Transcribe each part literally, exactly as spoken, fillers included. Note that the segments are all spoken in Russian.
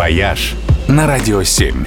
«Вояж» на Радио семь.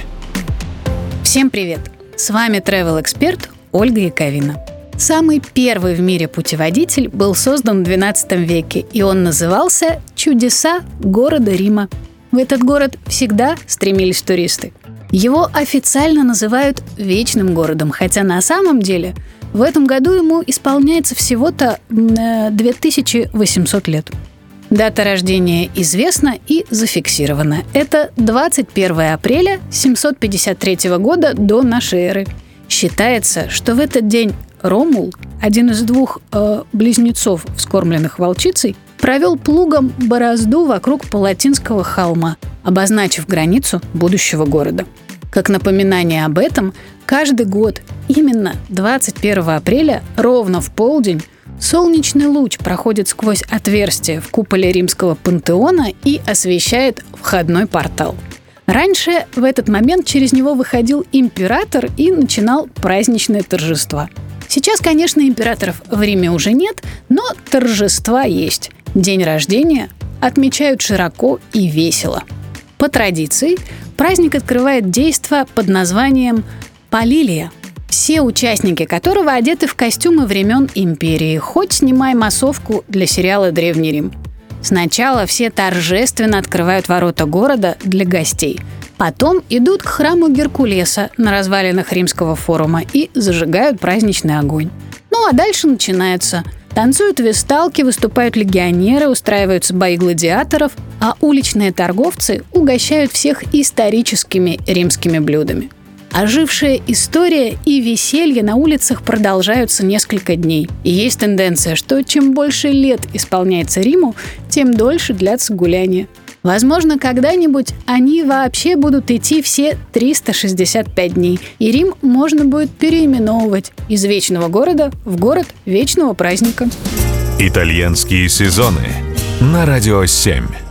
Всем привет! С вами travel-эксперт Ольга Яковина. Самый первый в мире путеводитель был создан в двенадцатом веке, и он назывался «Чудеса города Рима». В этот город всегда стремились туристы. Его официально называют «вечным городом», хотя на самом деле в этом году ему исполняется всего-то две тысячи восемьсот лет. Дата рождения известна и зафиксирована. Это двадцать первого апреля семьсот пятьдесят третьего года до нашей эры. Считается, что в этот день Ромул, один из двух э, близнецов, вскормленных волчицей, провел плугом борозду вокруг Палатинского холма, обозначив границу будущего города. Как напоминание об этом, каждый год именно двадцать первого апреля ровно в полдень солнечный луч проходит сквозь отверстие в куполе римского пантеона и освещает входной портал. Раньше в этот момент через него выходил император и начинал праздничные торжества. Сейчас, конечно, императоров в Риме уже нет, но торжества есть. День рождения отмечают широко и весело. По традиции, праздник открывает действо под названием «Палилия», все участники которого одеты в костюмы времен империи, хоть снимай массовку для сериала «Древний Рим». Сначала все торжественно открывают ворота города для гостей. Потом идут к храму Геркулеса на развалинах Римского форума и зажигают праздничный огонь. Ну а дальше начинается. Танцуют весталки, выступают легионеры, устраиваются бои гладиаторов, а уличные торговцы угощают всех историческими римскими блюдами. Ожившая история и веселье на улицах продолжаются несколько дней. И есть тенденция, что чем больше лет исполняется Риму, тем дольше длятся гуляния. Возможно, когда-нибудь они вообще будут идти все триста шестьдесят пять дней, и Рим можно будет переименовывать из вечного города в город вечного праздника. Итальянские сезоны на Радио семь.